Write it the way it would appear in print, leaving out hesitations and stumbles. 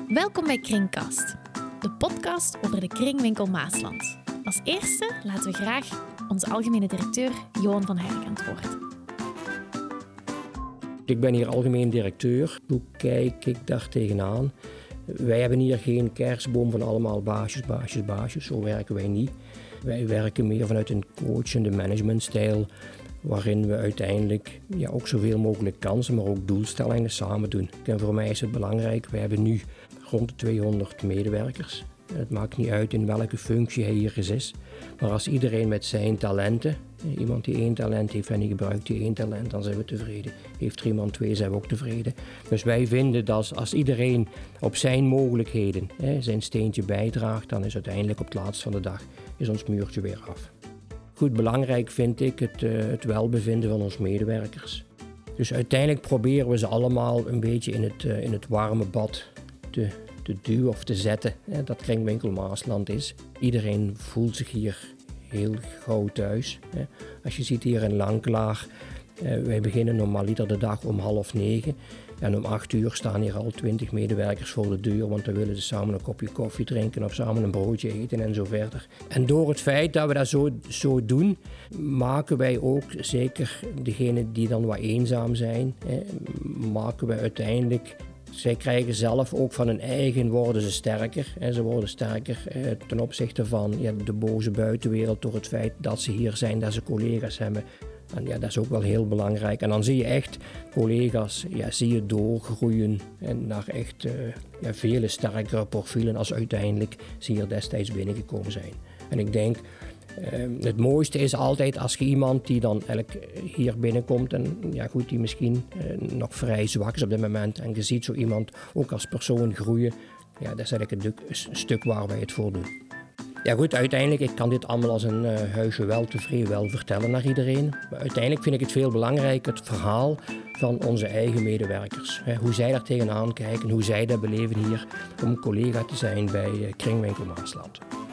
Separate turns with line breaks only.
Welkom bij Kringkast, de podcast over de Kringwinkel Maasland. Als eerste laten we graag onze algemene directeur Johan van Herk aan het woord.
Ik ben hier algemeen directeur. Hoe kijk ik daar tegenaan? Wij hebben hier geen kerstboom van allemaal baasjes. Zo werken wij niet. Wij werken meer vanuit een coachende managementstijl, waarin we uiteindelijk ook zoveel mogelijk kansen, maar ook doelstellingen samen doen. En voor mij is het belangrijk, wij hebben nu rond de 200 medewerkers. Het maakt niet uit in welke functie hij hier is, maar als iedereen met zijn talenten, iemand die 1 talent heeft en die gebruikt die 1 talent, dan zijn we tevreden. Heeft er iemand 2, zijn we ook tevreden. Dus wij vinden dat als iedereen op zijn mogelijkheden zijn steentje bijdraagt, dan is uiteindelijk op het laatst van de dag is ons muurtje weer af. Goed, belangrijk vind ik het welbevinden van onze medewerkers. Dus uiteindelijk proberen we ze allemaal een beetje in het warme bad te duwen of te zetten, dat Kringwinkel Maasland is. Iedereen voelt zich hier heel gauw thuis. Als je ziet hier in Lanklaar, wij beginnen normaliter de dag om 8:30 en om 8:00 staan hier al 20 medewerkers voor de deur, want dan willen ze samen een kopje koffie drinken of samen een broodje eten en zo verder. En door het feit dat we dat zo doen, maken wij ook, zeker degenen die dan wat eenzaam zijn, maken we uiteindelijk. Zij krijgen zelf ook van hun eigen, worden ze sterker. Ze worden sterker ten opzichte van de boze buitenwereld door het feit dat ze hier zijn, dat ze collega's hebben. En dat is ook wel heel belangrijk. En dan zie je echt collega's, zie je doorgroeien en naar echt vele sterkere profielen als uiteindelijk ze hier destijds binnengekomen zijn. En ik denk, het mooiste is altijd als je iemand die dan eigenlijk hier binnenkomt en die misschien nog vrij zwak is op dit moment en je ziet zo iemand ook als persoon groeien, dat is eigenlijk een stuk waar wij het voor doen. Ja goed, uiteindelijk, ik kan dit allemaal als een huisje wel tevreden wel vertellen naar iedereen. Maar uiteindelijk vind ik het veel belangrijker het verhaal van onze eigen medewerkers. Hoe zij daar tegenaan kijken, hoe zij dat beleven hier om collega te zijn bij Kringwinkel Maasland.